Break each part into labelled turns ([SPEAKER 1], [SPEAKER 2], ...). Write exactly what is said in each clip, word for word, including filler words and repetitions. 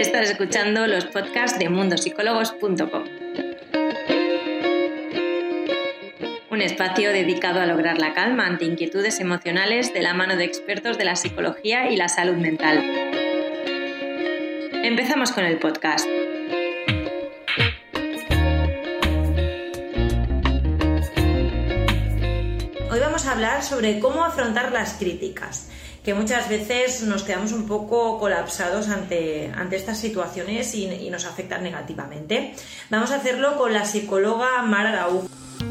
[SPEAKER 1] Estás escuchando los podcasts de mundo psicólogos punto com. Un espacio dedicado a lograr la calma ante inquietudes emocionales de la mano de expertos de la psicología y la salud mental. Empezamos con el podcast. Hoy vamos a hablar sobre cómo afrontar las críticas, que muchas veces nos quedamos un poco colapsados ante, ante estas situaciones y, y nos afectan negativamente. Vamos a hacerlo con la psicóloga Mar Araujo.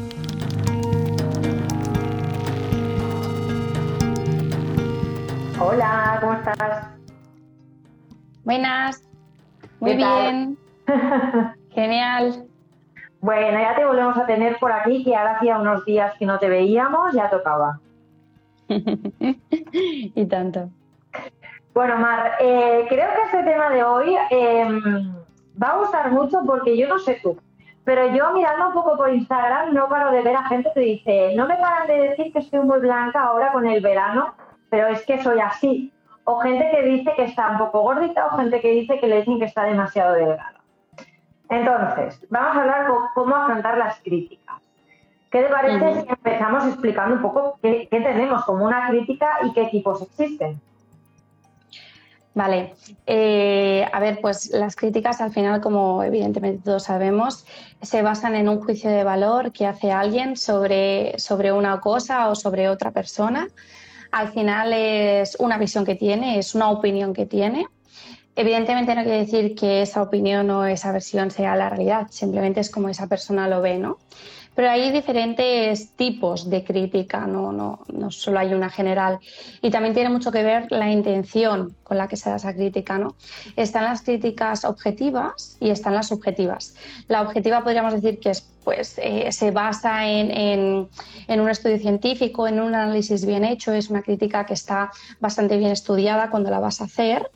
[SPEAKER 2] Hola, ¿cómo estás?
[SPEAKER 3] Buenas, muy bien, genial.
[SPEAKER 2] Bueno, ya te volvemos a tener por aquí, que ahora hacía unos días que no te veíamos, ya tocaba.
[SPEAKER 3] Y tanto.
[SPEAKER 2] Bueno, Mar, eh, creo que este tema de hoy eh, va a gustar mucho porque yo no sé tú, pero yo mirando un poco por Instagram no paro de ver a gente que dice, no me paran de decir que estoy muy blanca ahora con el verano, pero es que soy así. O gente que dice que está un poco gordita o gente que dice que le dicen que está demasiado delgada. Entonces, vamos a hablar de cómo afrontar las críticas. ¿Qué te parece uh-huh. si empezamos explicando un poco qué, qué tenemos como una crítica y qué tipos existen?
[SPEAKER 3] Vale, eh, a ver, pues las críticas al final, como evidentemente todos sabemos, se basan en un juicio de valor que hace alguien sobre, sobre una cosa o sobre otra persona. Al final es una visión que tiene, es una opinión que tiene. Evidentemente no quiere decir que esa opinión o esa versión sea la realidad, simplemente es como esa persona lo ve, ¿no? Pero hay diferentes tipos de crítica, no, no, no solo hay una general. Y también tiene mucho que ver la intención con la que se da esa crítica, ¿no? Están las críticas objetivas y están las subjetivas. La objetiva podríamos decir que es, pues, eh, se basa en, en, en un estudio científico, en un análisis bien hecho, es una crítica que está bastante bien estudiada cuando la vas a hacer.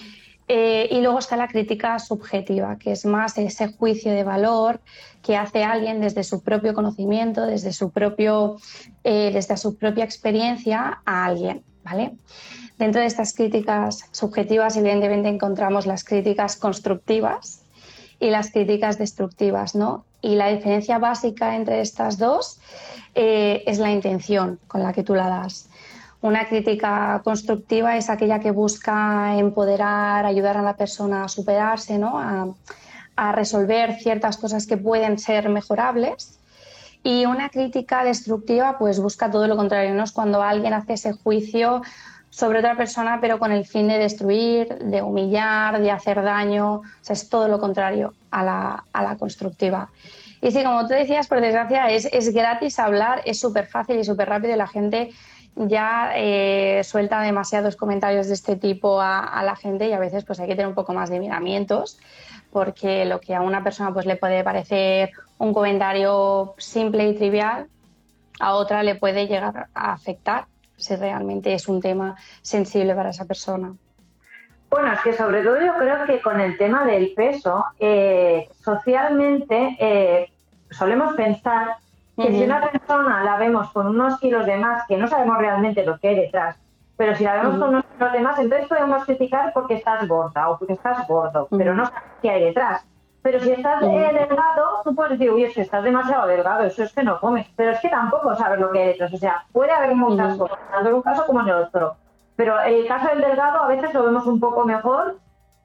[SPEAKER 3] Eh, y luego está la crítica subjetiva, que es más ese juicio de valor que hace alguien desde su propio conocimiento, desde su, propio, eh, desde su propia experiencia a alguien, ¿vale? Dentro de estas críticas subjetivas, evidentemente, encontramos las críticas constructivas y las críticas destructivas, ¿no? Y la diferencia básica entre estas dos eh, es la intención con la que tú la das. Una crítica constructiva es aquella que busca empoderar, ayudar a la persona a superarse, ¿no? a, a resolver ciertas cosas que pueden ser mejorables. Y una crítica destructiva pues busca todo lo contrario, ¿no? Es cuando alguien hace ese juicio sobre otra persona pero con el fin de destruir, de humillar, de hacer daño. O sea, es todo lo contrario a la, a la constructiva. Y sí, como tú decías, por desgracia, es, es gratis hablar, es súper fácil y súper rápido y la gente ya eh, suelta demasiados comentarios de este tipo a, a la gente y a veces pues hay que tener un poco más de miramientos porque lo que a una persona pues le puede parecer un comentario simple y trivial, a otra le puede llegar a afectar si realmente es un tema sensible para esa persona.
[SPEAKER 2] Bueno, es que sobre todo yo creo que con el tema del peso, eh, socialmente eh, solemos pensar que uh-huh. si una persona la vemos con unos kilos de más, que no sabemos realmente lo que hay detrás, pero si la vemos uh-huh. con unos kilos de más, entonces podemos criticar porque estás gorda o porque estás gordo, uh-huh. pero no sabes qué hay detrás. Pero si estás uh-huh. eh, delgado, tú puedes decir, uy, es que estás demasiado delgado, eso es que no comes, pero es que tampoco sabes lo que hay detrás. O sea, puede haber muchas uh-huh. cosas, tanto en un caso como en el otro. Pero el caso del delgado a veces lo vemos un poco mejor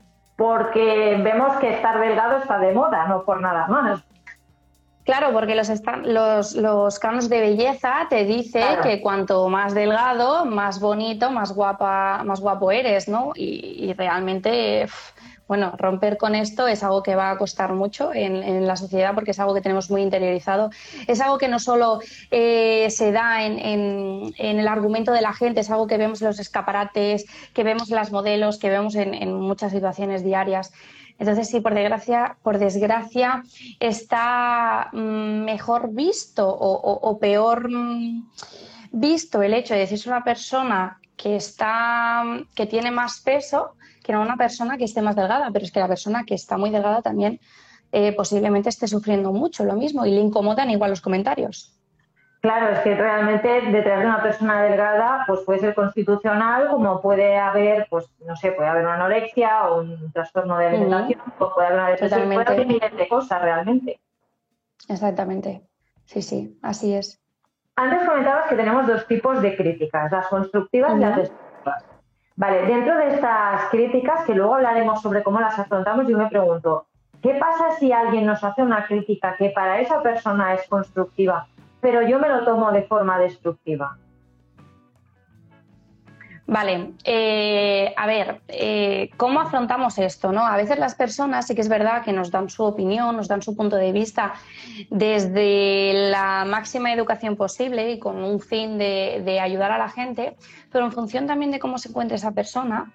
[SPEAKER 2] porque vemos que estar delgado está de moda, no por nada más.
[SPEAKER 3] Claro, porque los, los, los cánones de belleza te dicen claro. que cuanto más delgado, más bonito, más guapa, más guapo eres, ¿no? Y, y realmente, bueno, romper con esto es algo que va a costar mucho en, en la sociedad porque es algo que tenemos muy interiorizado. Es algo que no solo eh, se da en, en, en el argumento de la gente, es algo que vemos en los escaparates, que vemos en las modelos, que vemos en, en muchas situaciones diarias. Entonces, sí, por desgracia, por desgracia está mmm, mejor visto o, o, o peor mmm, visto el hecho de decirse a una persona que, está, que tiene más peso que no una persona que esté más delgada, pero es que la persona que está muy delgada también eh, posiblemente esté sufriendo mucho lo mismo y le incomodan igual los comentarios.
[SPEAKER 2] Claro, es que realmente detrás de una persona delgada pues puede ser constitucional, como puede haber, pues no sé, puede haber una anorexia o un trastorno de alimentación, uh-huh. o puede haber una depresión, puede haber miles de cosas realmente.
[SPEAKER 3] Exactamente, sí, sí, así es.
[SPEAKER 2] Antes comentabas que tenemos dos tipos de críticas, las constructivas uh-huh. y las destructivas. Vale, dentro de estas críticas, que luego hablaremos sobre cómo las afrontamos, yo me pregunto, ¿qué pasa si alguien nos hace una crítica que para esa persona es constructiva, pero yo me lo tomo de forma destructiva?
[SPEAKER 3] Vale, eh, a ver, eh, ¿cómo afrontamos esto, no? A veces las personas sí que es verdad que nos dan su opinión, nos dan su punto de vista desde la máxima educación posible y con un fin de, de ayudar a la gente, pero en función también de cómo se encuentre esa persona,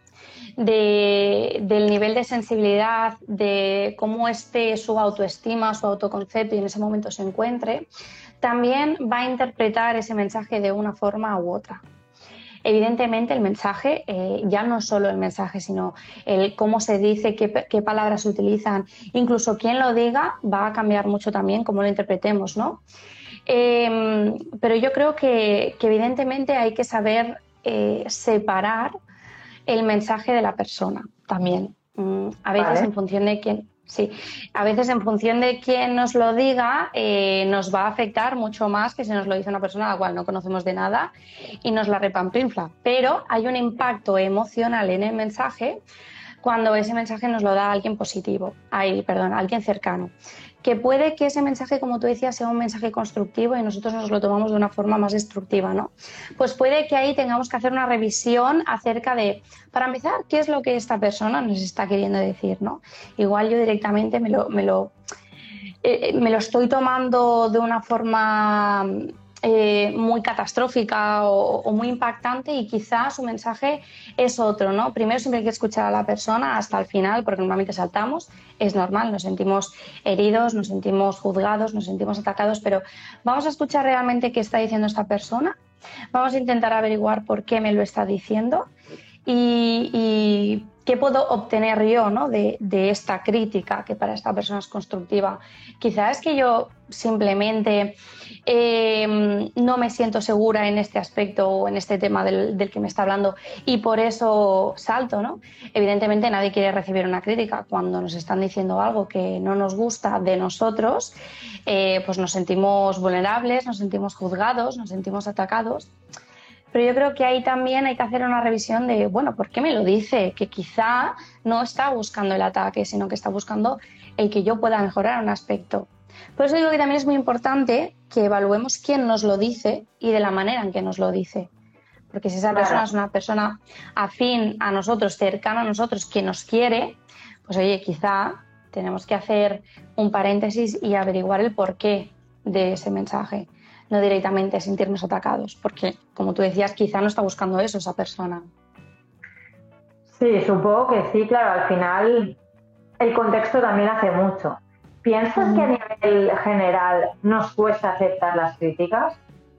[SPEAKER 3] de, del nivel de sensibilidad, de cómo esté su autoestima, su autoconcepto y en ese momento se encuentre, también va a interpretar ese mensaje de una forma u otra. Evidentemente el mensaje, eh, ya no solo el mensaje, sino el cómo se dice, qué, qué palabras se utilizan, incluso quién lo diga, va a cambiar mucho también cómo lo interpretemos, ¿no? Eh, pero yo creo que, que evidentemente hay que saber eh, separar el mensaje de la persona también. Mm, a veces vale. en función de quién... Sí, a veces en función de quién nos lo diga eh, nos va a afectar mucho más que si nos lo dice una persona a la cual no conocemos de nada y nos la repampinfla. Pero hay un impacto emocional en el mensaje cuando ese mensaje nos lo da alguien positivo, ay, perdón, alguien cercano. Que puede que ese mensaje, como tú decías, sea un mensaje constructivo y nosotros nos lo tomamos de una forma más destructiva, ¿no? Pues puede que ahí tengamos que hacer una revisión acerca de, para empezar, qué es lo que esta persona nos está queriendo decir, ¿no? Igual yo directamente me lo, me lo, eh, me lo estoy tomando de una forma eh, muy catastrófica o, o muy impactante y quizás su mensaje es otro, ¿no? Primero siempre hay que escuchar a la persona hasta el final porque normalmente saltamos. Es normal, nos sentimos heridos, nos sentimos juzgados, nos sentimos atacados, pero vamos a escuchar realmente qué está diciendo esta persona, vamos a intentar averiguar por qué me lo está diciendo y, y qué puedo obtener yo, ¿no? de, de esta crítica que para esta persona es constructiva. Quizás es que yo simplemente eh, no me siento segura en este aspecto o en este tema del, del que me está hablando y por eso salto, ¿no? Evidentemente nadie quiere recibir una crítica. Cuando nos están diciendo algo que no nos gusta de nosotros, eh, pues nos sentimos vulnerables, nos sentimos juzgados, nos sentimos atacados. Pero yo creo que ahí también hay que hacer una revisión de, bueno, ¿por qué me lo dice? Que quizá no está buscando el ataque, sino que está buscando el que yo pueda mejorar un aspecto. Por eso digo que también es muy importante que evaluemos quién nos lo dice y de la manera en que nos lo dice. Porque si esa persona es una persona afín a nosotros, cercana a nosotros, que nos quiere, pues oye, quizá tenemos que hacer un paréntesis y averiguar el porqué de ese mensaje. No directamente sentirnos atacados, porque, como tú decías, quizá no está buscando eso esa persona.
[SPEAKER 2] Sí, supongo que sí, claro, al final el contexto también hace mucho. ¿Piensas mm. que a nivel general nos cuesta aceptar las críticas?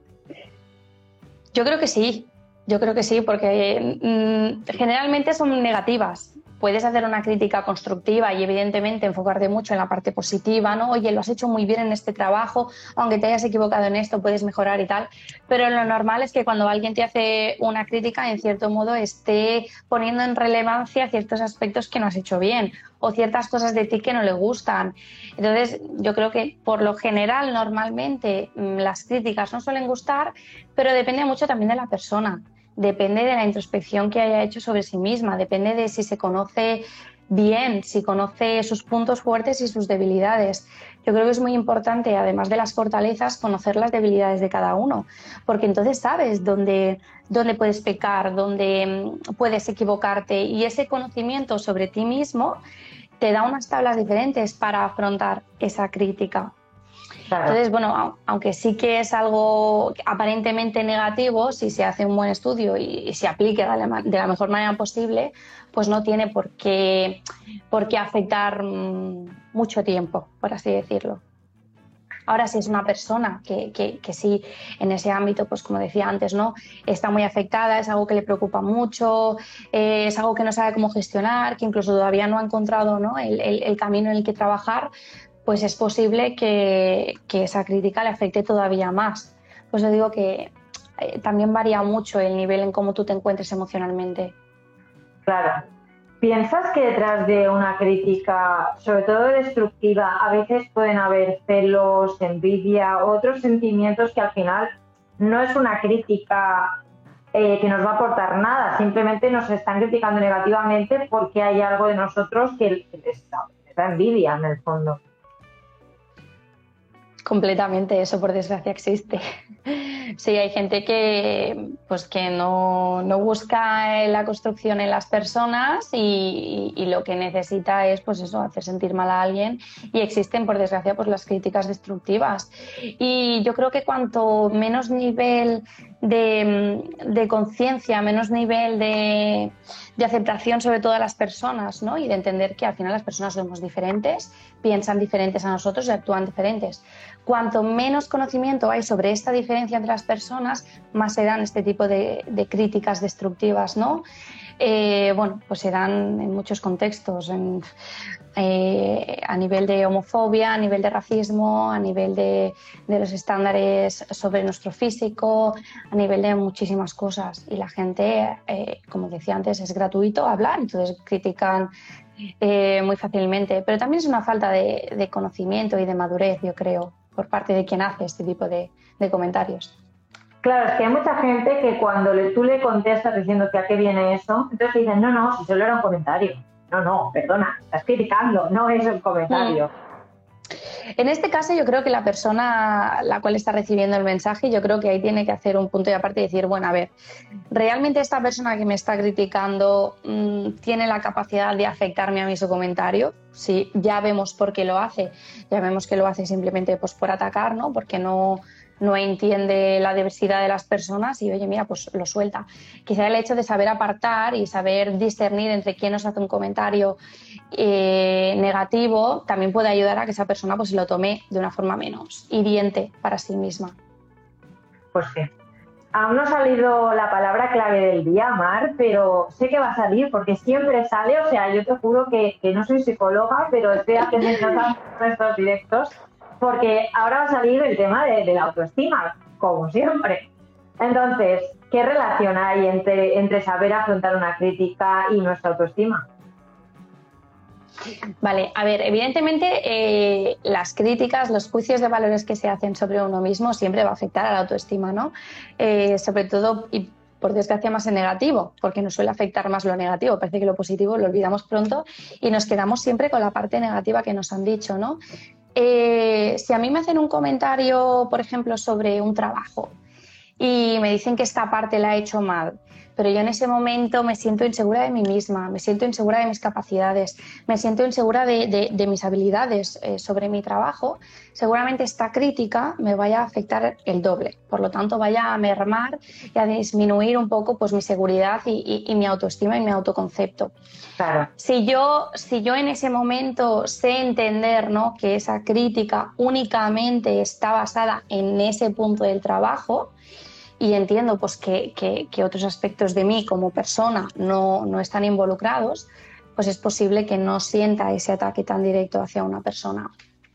[SPEAKER 3] Yo creo que sí, yo creo que sí, porque mmm, generalmente son negativas. Puedes hacer una crítica constructiva y evidentemente enfocarte mucho en la parte positiva, ¿no? Oye, lo has hecho muy bien en este trabajo, aunque te hayas equivocado en esto, puedes mejorar y tal. Pero lo normal es que cuando alguien te hace una crítica, en cierto modo, esté poniendo en relevancia ciertos aspectos que no has hecho bien o ciertas cosas de ti que no le gustan. Entonces, yo creo que por lo general, normalmente, las críticas no suelen gustar, pero depende mucho también de la persona. Depende de la introspección que haya hecho sobre sí misma, depende de si se conoce bien, si conoce sus puntos fuertes y sus debilidades. Yo creo que es muy importante, además de las fortalezas, conocer las debilidades de cada uno, porque entonces sabes dónde, dónde puedes pecar, dónde puedes equivocarte y ese conocimiento sobre ti mismo te da unas tablas diferentes para afrontar esa crítica. Claro. Entonces, bueno, aunque sí que es algo aparentemente negativo, si se hace un buen estudio y, y se aplica de la, de la mejor manera posible, pues no tiene por qué, por qué afectar mmm, mucho tiempo, por así decirlo. Ahora, si es una persona que, que, que sí, en ese ámbito, pues como decía antes, ¿no? Está muy afectada, es algo que le preocupa mucho, eh, es algo que no sabe cómo gestionar, que incluso todavía no ha encontrado, ¿no? el, el, el camino en el que trabajar, pues es posible que, que esa crítica le afecte todavía más. Pues yo digo que eh, también varía mucho el nivel en cómo tú te encuentres emocionalmente.
[SPEAKER 2] Claro. ¿Piensas que detrás de una crítica, sobre todo destructiva, a veces pueden haber celos, envidia, otros sentimientos que al final no es una crítica eh, que nos va a aportar nada, simplemente nos están criticando negativamente porque hay algo de nosotros que les da, les da envidia en el fondo?
[SPEAKER 3] Completamente, eso por desgracia existe. Sí, hay gente que, pues, que no, no busca la construcción en las personas y, y, y lo que necesita es, pues eso, hacer sentir mal a alguien, y existen por desgracia pues las críticas destructivas. Y yo creo que cuanto menos nivel de, de conciencia, menos nivel de, de aceptación sobre todo a las personas, ¿no? Y de entender que al final las personas somos diferentes, piensan diferentes a nosotros y actúan diferentes. Cuanto menos conocimiento hay sobre esta diferencia entre las personas, más se dan este tipo de, de críticas destructivas, ¿no? Eh, bueno, pues se dan en muchos contextos, en, eh, a nivel de homofobia, a nivel de racismo, a nivel de, de los estándares sobre nuestro físico, a nivel de muchísimas cosas. Y la gente, eh, como decía antes, es gratuito hablar, entonces critican eh, muy fácilmente. Pero también es una falta de, de conocimiento y de madurez, yo creo, por parte de quien hace este tipo de, de comentarios.
[SPEAKER 2] Claro, es que hay mucha gente que cuando le, tú le contestas diciendo que a qué viene eso, entonces dicen, no, no, si solo era un comentario. No, no, perdona, estás criticando, no es un comentario.
[SPEAKER 3] En este caso yo creo que la persona la cual está recibiendo el mensaje, yo creo que ahí tiene que hacer un punto de aparte y decir, bueno, a ver, ¿realmente esta persona que me está criticando mmm, tiene la capacidad de afectarme a mí su comentario? Sí, ya vemos por qué lo hace, ya vemos que lo hace simplemente pues, por atacar, ¿no? Porque no... no entiende la diversidad de las personas y, oye, mira, pues lo suelta. Quizá el hecho de saber apartar y saber discernir entre quién nos hace un comentario eh, negativo también puede ayudar a que esa persona pues lo tome de una forma menos hiriente para sí misma.
[SPEAKER 2] Pues sí. Aún no ha salido la palabra clave del día, Mar, pero sé que va a salir porque siempre sale. O sea, yo te juro que, que no soy psicóloga, pero estoy haciendo nuestros directos porque ahora va a salir el tema de, de la autoestima, como siempre. Entonces, ¿qué relación hay entre, entre saber afrontar una crítica y nuestra autoestima?
[SPEAKER 3] Vale, a ver, evidentemente eh, las críticas, los juicios de valores que se hacen sobre uno mismo siempre va a afectar a la autoestima, ¿no? Eh, sobre todo, y por desgracia más en negativo, porque nos suele afectar más lo negativo. Parece que lo positivo lo olvidamos pronto y nos quedamos siempre con la parte negativa que nos han dicho, ¿no? Eh, si a mí me hacen un comentario, por ejemplo, sobre un trabajo y me dicen que esta parte la he hecho mal, pero yo en ese momento me siento insegura de mí misma, me siento insegura de mis capacidades, me siento insegura de, de, de mis habilidades eh, sobre mi trabajo, seguramente esta crítica me vaya a afectar el doble, por lo tanto vaya a mermar y a disminuir un poco pues, mi seguridad y, y, y mi autoestima y mi autoconcepto.
[SPEAKER 2] Claro.
[SPEAKER 3] Si yo, si yo en ese momento sé entender, ¿no?, que esa crítica únicamente está basada en ese punto del trabajo y entiendo pues, que, que, que otros aspectos de mí como persona no, no están involucrados, pues es posible que no sienta ese ataque tan directo hacia una persona.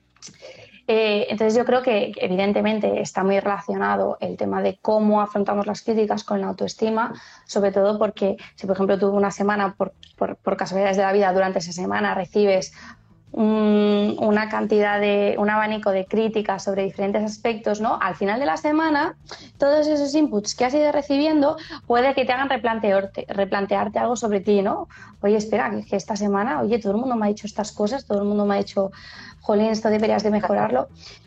[SPEAKER 3] Eh, entonces yo creo que evidentemente está muy relacionado el tema de cómo afrontamos las críticas con la autoestima, sobre todo porque si por ejemplo tú una semana, por, por, por casualidades de la vida, durante esa semana recibes un, una cantidad de, un abanico de críticas sobre diferentes aspectos, ¿no? Al final de la semana, todos esos inputs que has ido recibiendo puede que te hagan replantearte, replantearte algo sobre ti, ¿no? Oye, espera, que, que esta semana, oye, todo el mundo me ha dicho estas cosas, todo el mundo me ha dicho, jolín, esto deberías de mejorarlo.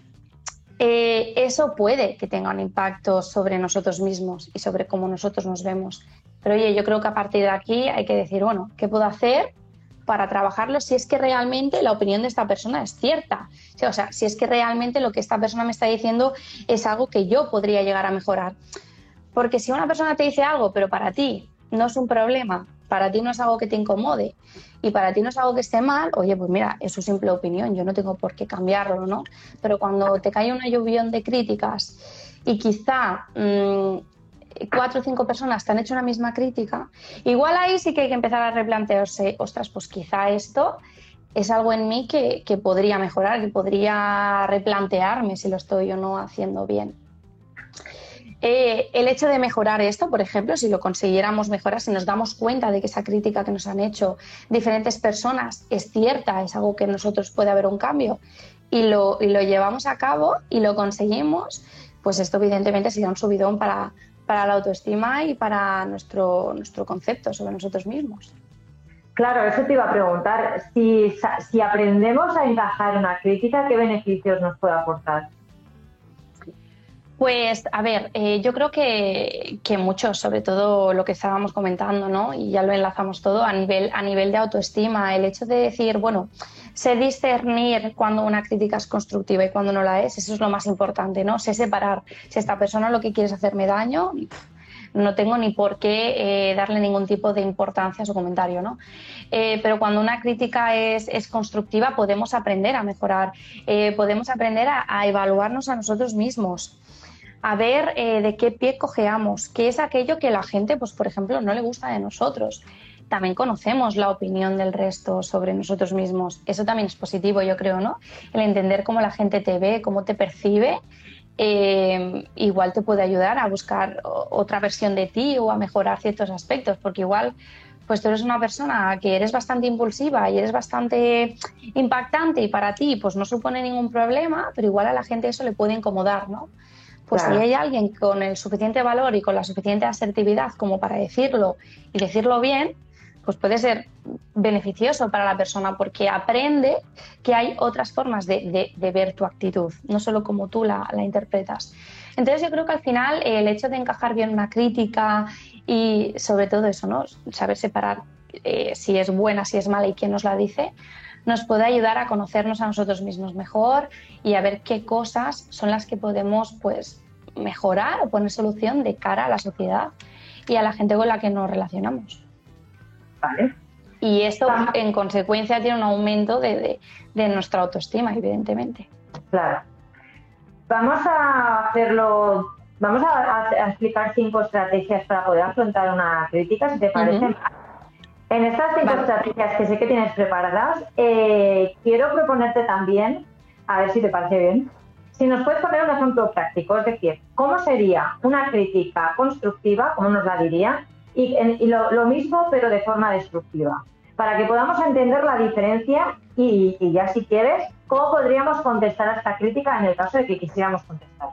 [SPEAKER 3] Eh, eso puede que tenga un impacto sobre nosotros mismos y sobre cómo nosotros nos vemos. Pero oye, yo creo que a partir de aquí hay que decir, bueno, ¿qué puedo hacer para trabajarlo si es que realmente la opinión de esta persona es cierta? O sea, si es que realmente lo que esta persona me está diciendo es algo que yo podría llegar a mejorar. Porque si una persona te dice algo, pero para ti no es un problema, para ti no es algo que te incomode y para ti no es algo que esté mal, oye, pues mira, es su simple opinión, yo no tengo por qué cambiarlo, ¿no? Pero cuando te cae una lluvión de críticas y quizá mmm, cuatro o cinco personas te han hecho una misma crítica, igual ahí sí que hay que empezar a replantearse, ostras, pues quizá esto es algo en mí que, que podría mejorar, que podría replantearme si lo estoy o no haciendo bien. Eh, el hecho de mejorar esto, por ejemplo, si lo consiguiéramos mejorar, si nos damos cuenta de que esa crítica que nos han hecho diferentes personas es cierta, es algo que en nosotros puede haber un cambio y lo, y lo llevamos a cabo y lo conseguimos, pues esto evidentemente sería un subidón para, para la autoestima y para nuestro, nuestro concepto sobre nosotros mismos.
[SPEAKER 2] Claro, eso te iba a preguntar. Si, si aprendemos a encajar una crítica, ¿qué beneficios nos puede aportar?
[SPEAKER 3] Pues, a ver, eh, yo creo que, que mucho, sobre todo lo que estábamos comentando, ¿no? Y ya lo enlazamos todo a nivel, a nivel de autoestima. El hecho de decir, bueno, sé discernir cuando una crítica es constructiva y cuando no la es, eso es lo más importante, ¿no? Sé separar. Si esta persona lo que quiere es hacerme daño, no tengo ni por qué eh, darle ningún tipo de importancia a su comentario, ¿no? Eh, pero cuando una crítica es, es constructiva, podemos aprender a mejorar, eh, podemos aprender a, a evaluarnos a nosotros mismos, a ver eh, de qué pie cojeamos, qué es aquello que la gente, pues por ejemplo, no le gusta de nosotros. También conocemos la opinión del resto sobre nosotros mismos. Eso también es positivo, yo creo, ¿no? El entender cómo la gente te ve, cómo te percibe, eh, igual te puede ayudar a buscar otra versión de ti o a mejorar ciertos aspectos, porque igual pues tú eres una persona que eres bastante impulsiva y eres bastante impactante y para ti pues no supone ningún problema, pero igual a la gente eso le puede incomodar, ¿no? Pues claro. Si hay alguien con el suficiente valor y con la suficiente asertividad como para decirlo y decirlo bien, pues puede ser beneficioso para la persona porque aprende que hay otras formas de, de, de ver tu actitud, no solo como tú la, la interpretas. Entonces yo creo que al final el hecho de encajar bien una crítica y sobre todo eso, ¿no? Saber separar eh, si es buena, si es mala y quién nos la dice, nos puede ayudar a conocernos a nosotros mismos mejor y a ver qué cosas son las que podemos pues, mejorar o poner solución de cara a la sociedad y a la gente con la que nos relacionamos.
[SPEAKER 2] Vale.
[SPEAKER 3] Y esto, en consecuencia, tiene un aumento de, de, de nuestra autoestima, evidentemente.
[SPEAKER 2] Claro. Vamos a hacerlo, vamos a, a explicar cinco estrategias para poder afrontar una crítica, si te parece. Uh-huh. En estas cinco vale. estrategias que sé que tienes preparadas, eh, quiero proponerte también, a ver si te parece bien, si nos puedes poner un ejemplo práctico, es decir, ¿cómo sería una crítica constructiva, cómo nos la diría, y, y lo, lo mismo pero de forma destructiva? Para que podamos entender la diferencia y, y ya si quieres, ¿cómo podríamos contestar a esta crítica en el caso de que quisiéramos contestar?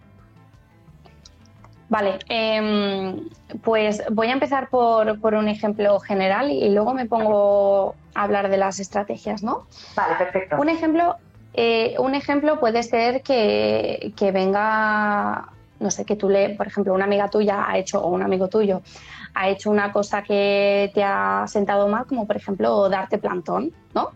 [SPEAKER 3] Vale, eh, pues voy a empezar por, por un ejemplo general y luego me pongo a hablar de las estrategias, ¿no?
[SPEAKER 2] Vale, perfecto.
[SPEAKER 3] Un ejemplo, eh, un ejemplo puede ser que, que venga, no sé, que tú le, por ejemplo, una amiga tuya ha hecho, o un amigo tuyo, ha hecho una cosa que te ha sentado mal, como por ejemplo darte plantón, ¿no?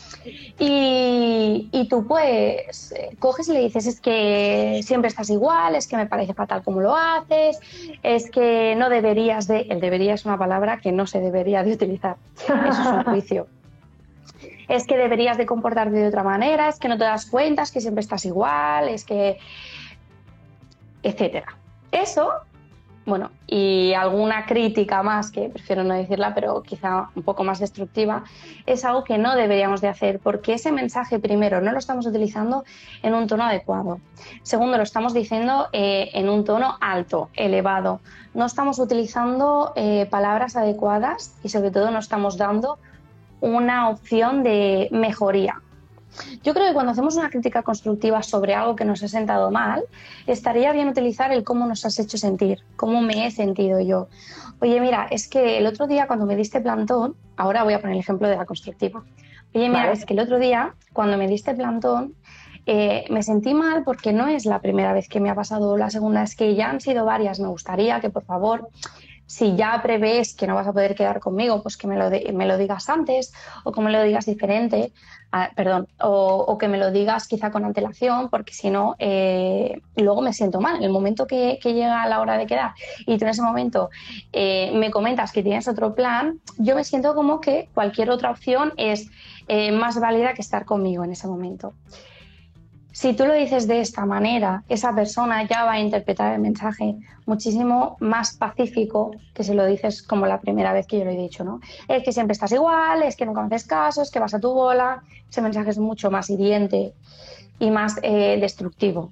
[SPEAKER 3] Y, y tú pues coges y le dices, es que siempre estás igual, es que me parece fatal como lo haces, es que no deberías de... El debería es una palabra que no se debería de utilizar, eso es un juicio. Es que deberías de comportarte de otra manera, es que no te das cuenta, es que siempre estás igual, es que... etcétera. Eso... Bueno, y alguna crítica más, que prefiero no decirla, pero quizá un poco más destructiva, es algo que no deberíamos de hacer, porque ese mensaje, primero, no lo estamos utilizando en un tono adecuado. Segundo, lo estamos diciendo eh, en un tono alto, elevado. No estamos utilizando eh, palabras adecuadas y, sobre todo, no estamos dando una opción de mejoría. Yo creo que cuando hacemos una crítica constructiva sobre algo que nos ha sentado mal, estaría bien utilizar el cómo nos has hecho sentir, cómo me he sentido yo. Oye, mira, es que el otro día cuando me diste plantón, ahora voy a poner el ejemplo de la constructiva. Oye, mira, vale. Es que el otro día cuando me diste plantón, eh, me sentí mal porque no es la primera vez que me ha pasado, la segunda es que ya han sido varias. Me gustaría que, por favor, si ya prevés que no vas a poder quedar conmigo, pues que me lo, de, me lo digas antes o que me lo digas diferente, ah, perdón, o, o que me lo digas quizá con antelación, porque si no, eh, luego me siento mal. En el momento que, que llega la hora de quedar y tú en ese momento eh, me comentas que tienes otro plan, yo me siento como que cualquier otra opción es eh, más válida que estar conmigo en ese momento. Si tú lo dices de esta manera, esa persona ya va a interpretar el mensaje muchísimo más pacífico que si lo dices como la primera vez que yo lo he dicho, ¿no? Es que siempre estás igual, es que nunca me haces caso, es que vas a tu bola. Ese mensaje es mucho más hiriente y más eh, destructivo.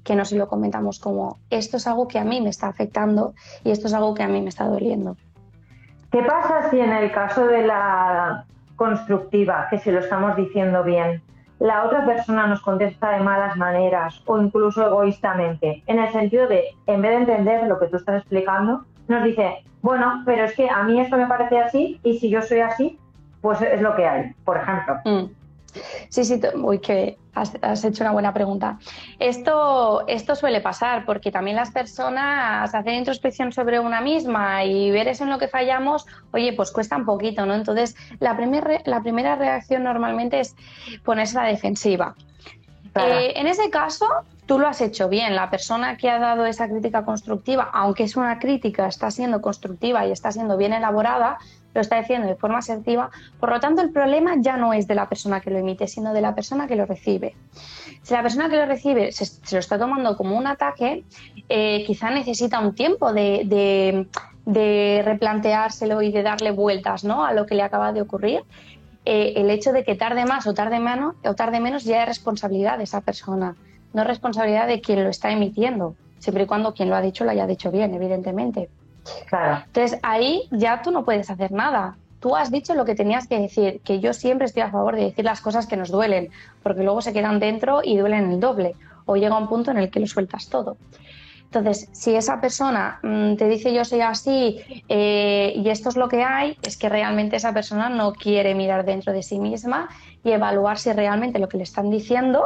[SPEAKER 3] que no se lo comentamos como esto es algo que a mí me está afectando y esto es algo que a mí me está doliendo.
[SPEAKER 2] ¿Qué pasa si en el caso de la constructiva, que si lo estamos diciendo bien, la otra persona nos contesta de malas maneras o incluso egoístamente, en el sentido de, en vez de entender lo que tú estás explicando, nos dice, bueno, pero es que a mí esto me parece así y si yo soy así, pues es lo que hay, por ejemplo.
[SPEAKER 3] Mm. Sí, sí, uy, que has, has hecho una buena pregunta. Esto, esto suele pasar porque también las personas hacen introspección sobre una misma y ver eso en lo que fallamos, oye, pues cuesta un poquito, ¿no? Entonces, la, primer, la primera reacción normalmente es ponerse a la defensiva. Claro. Eh, en ese caso, tú lo has hecho bien. La persona que ha dado esa crítica constructiva, aunque es una crítica, está siendo constructiva y está siendo bien elaborada, lo está diciendo de forma asertiva. Por lo tanto, el problema ya no es de la persona que lo emite, sino de la persona que lo recibe. Si la persona que lo recibe se, se lo está tomando como un ataque, eh, quizá necesita un tiempo de, de, de replanteárselo y de darle vueltas, ¿no?, a lo que le acaba de ocurrir. Eh, el hecho de que tarde más o tarde menos, o tarde menos ya es responsabilidad de esa persona, no es responsabilidad de quien lo está emitiendo, siempre y cuando quien lo ha dicho lo haya dicho bien, evidentemente.
[SPEAKER 2] Claro.
[SPEAKER 3] Entonces ahí ya tú no puedes hacer nada. Tú has dicho lo que tenías que decir, que yo siempre estoy a favor de decir las cosas que nos duelen, porque luego se quedan dentro y duelen el doble, o llega un punto en el que lo sueltas todo. Entonces, si esa persona mmm, te dice yo soy así eh, y esto es lo que hay, es que realmente esa persona no quiere mirar dentro de sí misma y evaluar si realmente lo que le están diciendo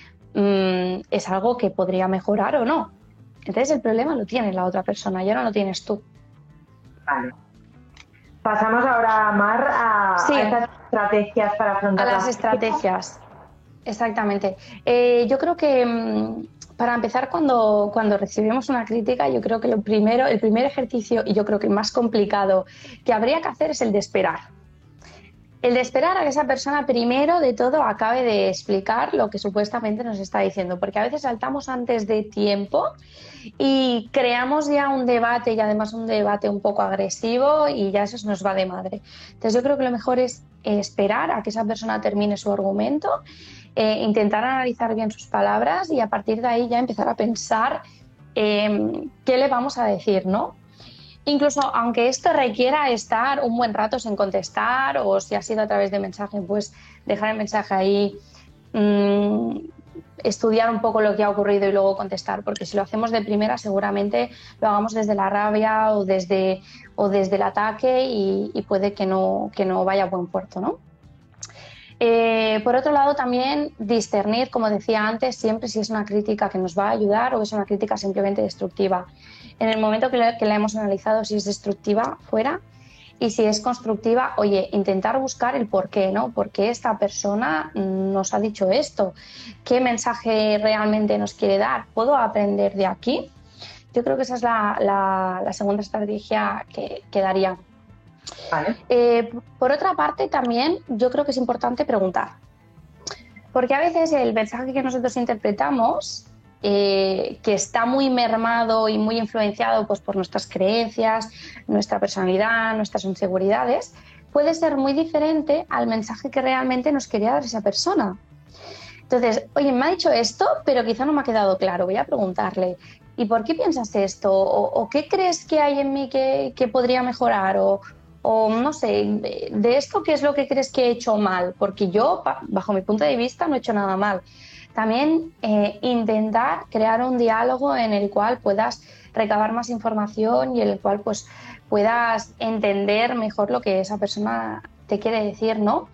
[SPEAKER 3] mmm, es algo que podría mejorar o no. Entonces el problema lo tiene la otra persona, ya no lo tienes tú.
[SPEAKER 2] Vale. Pasamos ahora, Mar, a,
[SPEAKER 3] sí.
[SPEAKER 2] a estas estrategias para afrontar
[SPEAKER 3] a las estrategias. Exactamente. Eh, yo creo que mmm, para empezar, cuando, cuando recibimos una crítica, yo creo que lo primero, el primer ejercicio, y yo creo que el más complicado que habría que hacer es el de esperar. El de esperar a que esa persona primero de todo acabe de explicar lo que supuestamente nos está diciendo, porque a veces saltamos antes de tiempo y creamos ya un debate, y además un debate un poco agresivo, y ya eso nos va de madre. Entonces yo creo que lo mejor es esperar a que esa persona termine su argumento, eh, intentar analizar bien sus palabras y a partir de ahí ya empezar a pensar eh, qué le vamos a decir, ¿no? Incluso aunque esto requiera estar un buen rato sin contestar, o si ha sido a través de mensaje, pues dejar el mensaje ahí, mmm, estudiar un poco lo que ha ocurrido y luego contestar, porque si lo hacemos de primera seguramente lo hagamos desde la rabia o desde, o desde el ataque y, y puede que no, que no vaya a buen puerto, ¿no? Eh, por otro lado, también discernir, como decía antes, siempre si es una crítica que nos va a ayudar o es una crítica simplemente destructiva. En el momento que la, que la hemos analizado, si es destructiva, fuera, y si es constructiva, oye, intentar buscar el por qué, ¿no? ¿Por qué esta persona nos ha dicho esto? ¿Qué mensaje realmente nos quiere dar? ¿Puedo aprender de aquí? Yo creo que esa es la, la, la segunda estrategia que, que daría.
[SPEAKER 2] Vale.
[SPEAKER 3] Eh, por otra parte, también yo creo que es importante preguntar, porque a veces el mensaje que nosotros interpretamos, eh, que está muy mermado y muy influenciado pues, por nuestras creencias, nuestra personalidad, nuestras inseguridades, puede ser muy diferente al mensaje que realmente nos quería dar esa persona. Entonces, oye, me ha dicho esto, pero quizá no me ha quedado claro, voy a preguntarle, ¿y por qué piensas esto? ¿O, o qué crees que hay en mí que, que podría mejorar? O, o no sé, de esto, ¿qué es lo que crees que he hecho mal? Porque yo, bajo mi punto de vista, no he hecho nada mal. También eh, intentar crear un diálogo en el cual puedas recabar más información y en el cual pues, puedas entender mejor lo que esa persona te quiere decir, ¿no?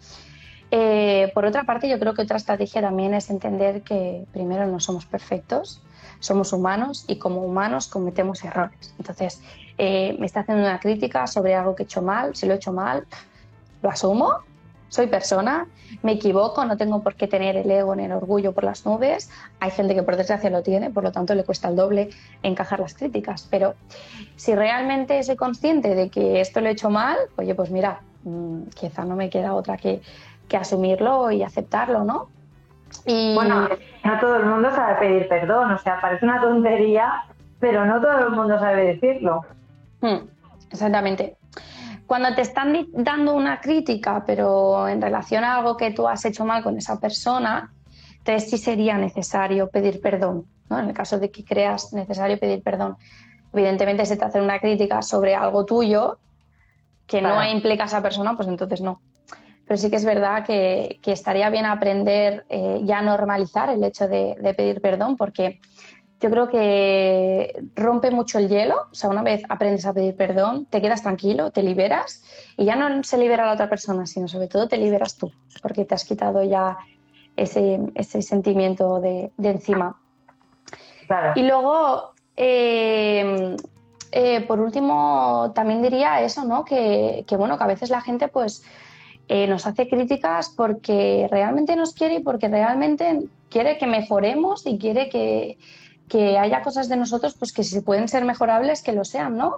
[SPEAKER 3] Eh, por otra parte, yo creo que otra estrategia también es entender que primero no somos perfectos, somos humanos y como humanos cometemos errores. Entonces, eh, me está haciendo una crítica sobre algo que he hecho mal, si lo he hecho mal, lo asumo, soy persona, me equivoco, no tengo por qué tener el ego ni el orgullo por las nubes. Hay gente que por desgracia lo tiene, por lo tanto le cuesta el doble encajar las críticas, pero si realmente soy consciente de que esto lo he hecho mal, oye, pues mira, mmm, quizá no me queda otra que, que asumirlo y aceptarlo, ¿no? Y...
[SPEAKER 2] Bueno, no todo el mundo sabe pedir perdón, o sea, parece una tontería, pero no todo el mundo sabe decirlo.
[SPEAKER 3] Hmm, exactamente. Cuando te están dando una crítica, pero en relación a algo que tú has hecho mal con esa persona, entonces sí sería necesario pedir perdón. ¿no? En el caso de que creas necesario pedir perdón. Evidentemente, si te hacen una crítica sobre algo tuyo que claro. no implica a esa persona, pues entonces no. Pero sí que es verdad que, que estaría bien aprender eh, ya a normalizar el hecho de, de pedir perdón, porque yo creo que rompe mucho el hielo. O sea, una vez aprendes a pedir perdón, te quedas tranquilo, te liberas y ya no se libera la otra persona, sino sobre todo te liberas tú, porque te has quitado ya ese, ese sentimiento de, de encima. Claro. Y luego, eh, eh, por último, también diría eso, ¿no? Que, que bueno, que a veces la gente pues eh, nos hace críticas porque realmente nos quiere y porque realmente quiere que mejoremos y quiere que, que haya cosas de nosotros pues que si pueden ser mejorables, que lo sean, ¿no?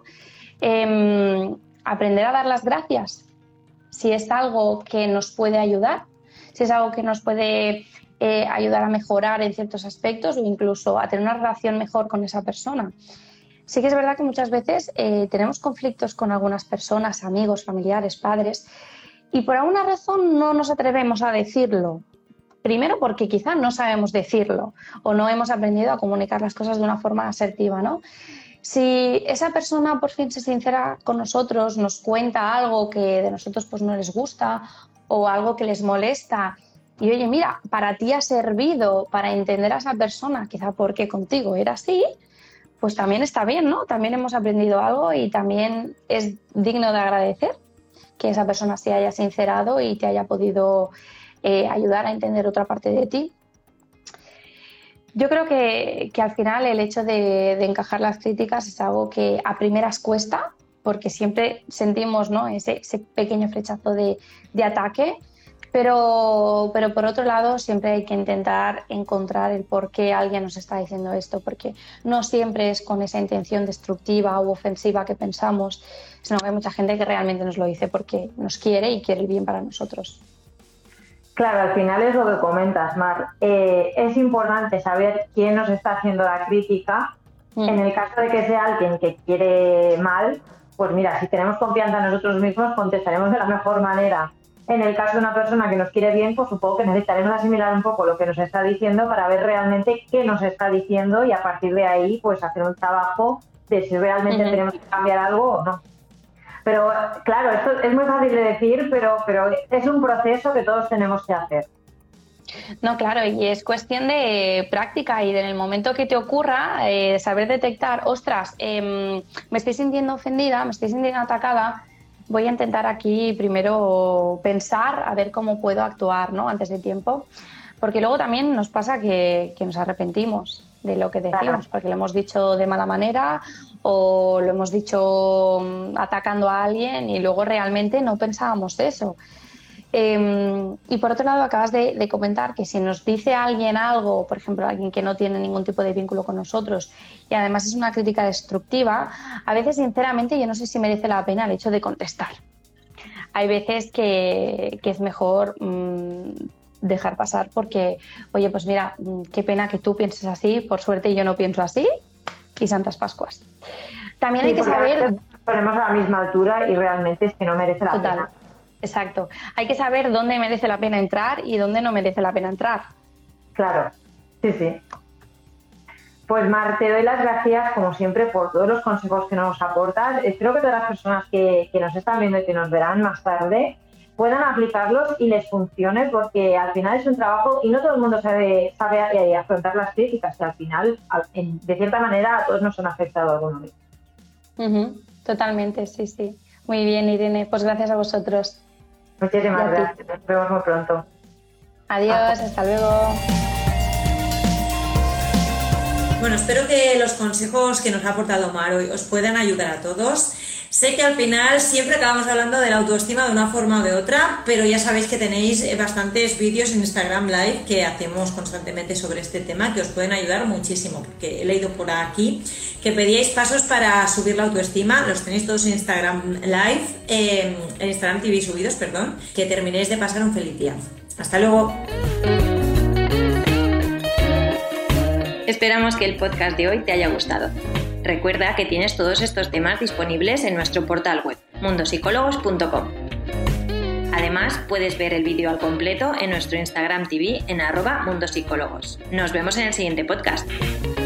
[SPEAKER 3] Eh, aprender a dar las gracias si es algo que nos puede ayudar, si es algo que nos puede eh, ayudar a mejorar en ciertos aspectos o incluso a tener una relación mejor con esa persona. Sí que es verdad que muchas veces eh, tenemos conflictos con algunas personas, amigos, familiares, padres, y por alguna razón no nos atrevemos a decirlo. Primero porque quizá no sabemos decirlo o no hemos aprendido a comunicar las cosas de una forma asertiva, ¿no? Si esa persona por fin se sincera con nosotros, nos cuenta algo que de nosotros pues no les gusta o algo que les molesta y oye, mira, para ti ha servido para entender a esa persona, quizá porque contigo era así, pues también está bien, ¿no? También hemos aprendido algo y también es digno de agradecer que esa persona se haya sincerado y te haya podido eh, ayudar a entender otra parte de ti. Yo creo que, que al final el hecho de, de encajar las críticas es algo que a primeras cuesta, porque siempre sentimos, ¿no? ese, ese pequeño flechazo de, de ataque, pero, pero por otro lado siempre hay que intentar encontrar el por qué alguien nos está diciendo esto, porque no siempre es con esa intención destructiva u ofensiva que pensamos, sino que hay mucha gente que realmente nos lo dice porque nos quiere y quiere el bien para nosotros.
[SPEAKER 2] Claro, al final es lo que comentas, Mar. Eh, es importante saber quién nos está haciendo la crítica. Mm. En el caso de que sea alguien que quiere mal, pues mira, si tenemos confianza en nosotros mismos, contestaremos de la mejor manera. En el caso de una persona que nos quiere bien, pues supongo que necesitaremos asimilar un poco lo que nos está diciendo para ver realmente qué nos está diciendo y a partir de ahí, pues hacer un trabajo de si realmente mm-hmm. tenemos que cambiar algo o no. Pero claro, esto es muy fácil de decir, pero, pero es un proceso que todos tenemos que hacer.
[SPEAKER 3] No, claro, y es cuestión de práctica y en el momento que te ocurra, eh, saber detectar, ostras, eh, me estoy sintiendo ofendida, me estoy sintiendo atacada, voy a intentar aquí primero pensar a ver cómo puedo actuar, ¿no? Antes de tiempo, porque luego también nos pasa que, que nos arrepentimos de lo que decimos, claro. Porque lo hemos dicho de mala manera o lo hemos dicho atacando a alguien y luego realmente no pensábamos eso. Eh, y por otro lado acabas de, de comentar que si nos dice alguien algo, por ejemplo alguien que no tiene ningún tipo de vínculo con nosotros y además es una crítica destructiva, a veces sinceramente yo no sé si merece la pena el hecho de contestar. Hay veces que, que es mejor mmm, dejar pasar porque, oye, pues mira, qué pena que tú pienses así, por suerte yo no pienso así y Santas Pascuas. También sí, hay que saber...
[SPEAKER 2] Nos ponemos a la misma altura y realmente es que no merece la
[SPEAKER 3] Total.
[SPEAKER 2] pena.
[SPEAKER 3] Exacto. Hay que saber dónde merece la pena entrar y dónde no merece la pena entrar.
[SPEAKER 2] Claro, sí, sí. Pues Mar, te doy las gracias como siempre por todos los consejos que nos aportas. Espero que todas las personas que, que nos están viendo y que nos verán más tarde puedan aplicarlos y les funcione, porque al final es un trabajo y no todo el mundo sabe, sabe afrontar las críticas, que al final, de cierta manera, a todos nos han afectado alguna vez.
[SPEAKER 3] Uh-huh. Totalmente, sí, sí. Muy bien, Irene. Pues gracias a vosotros.
[SPEAKER 2] Muchísimas gracias. Nos vemos muy pronto.
[SPEAKER 3] Adiós, hasta, hasta luego.
[SPEAKER 1] Bueno, espero que los consejos que nos ha aportado Mar hoy os puedan ayudar a todos. Sé que al final siempre acabamos hablando de la autoestima de una forma o de otra, pero ya sabéis que tenéis bastantes vídeos en Instagram Live que hacemos constantemente sobre este tema que os pueden ayudar muchísimo, porque he leído por aquí que pedíais pasos para subir la autoestima. Los tenéis todos en Instagram Live, eh, en Instagram T V subidos, perdón. Que terminéis de pasar un feliz día. Hasta luego.
[SPEAKER 4] Esperamos que el podcast de hoy te haya gustado. Recuerda que tienes todos estos temas disponibles en nuestro portal web, mundo psicólogos punto com. Además, puedes ver el vídeo al completo en nuestro Instagram T V en arroba mundopsicólogos. Nos vemos en el siguiente podcast.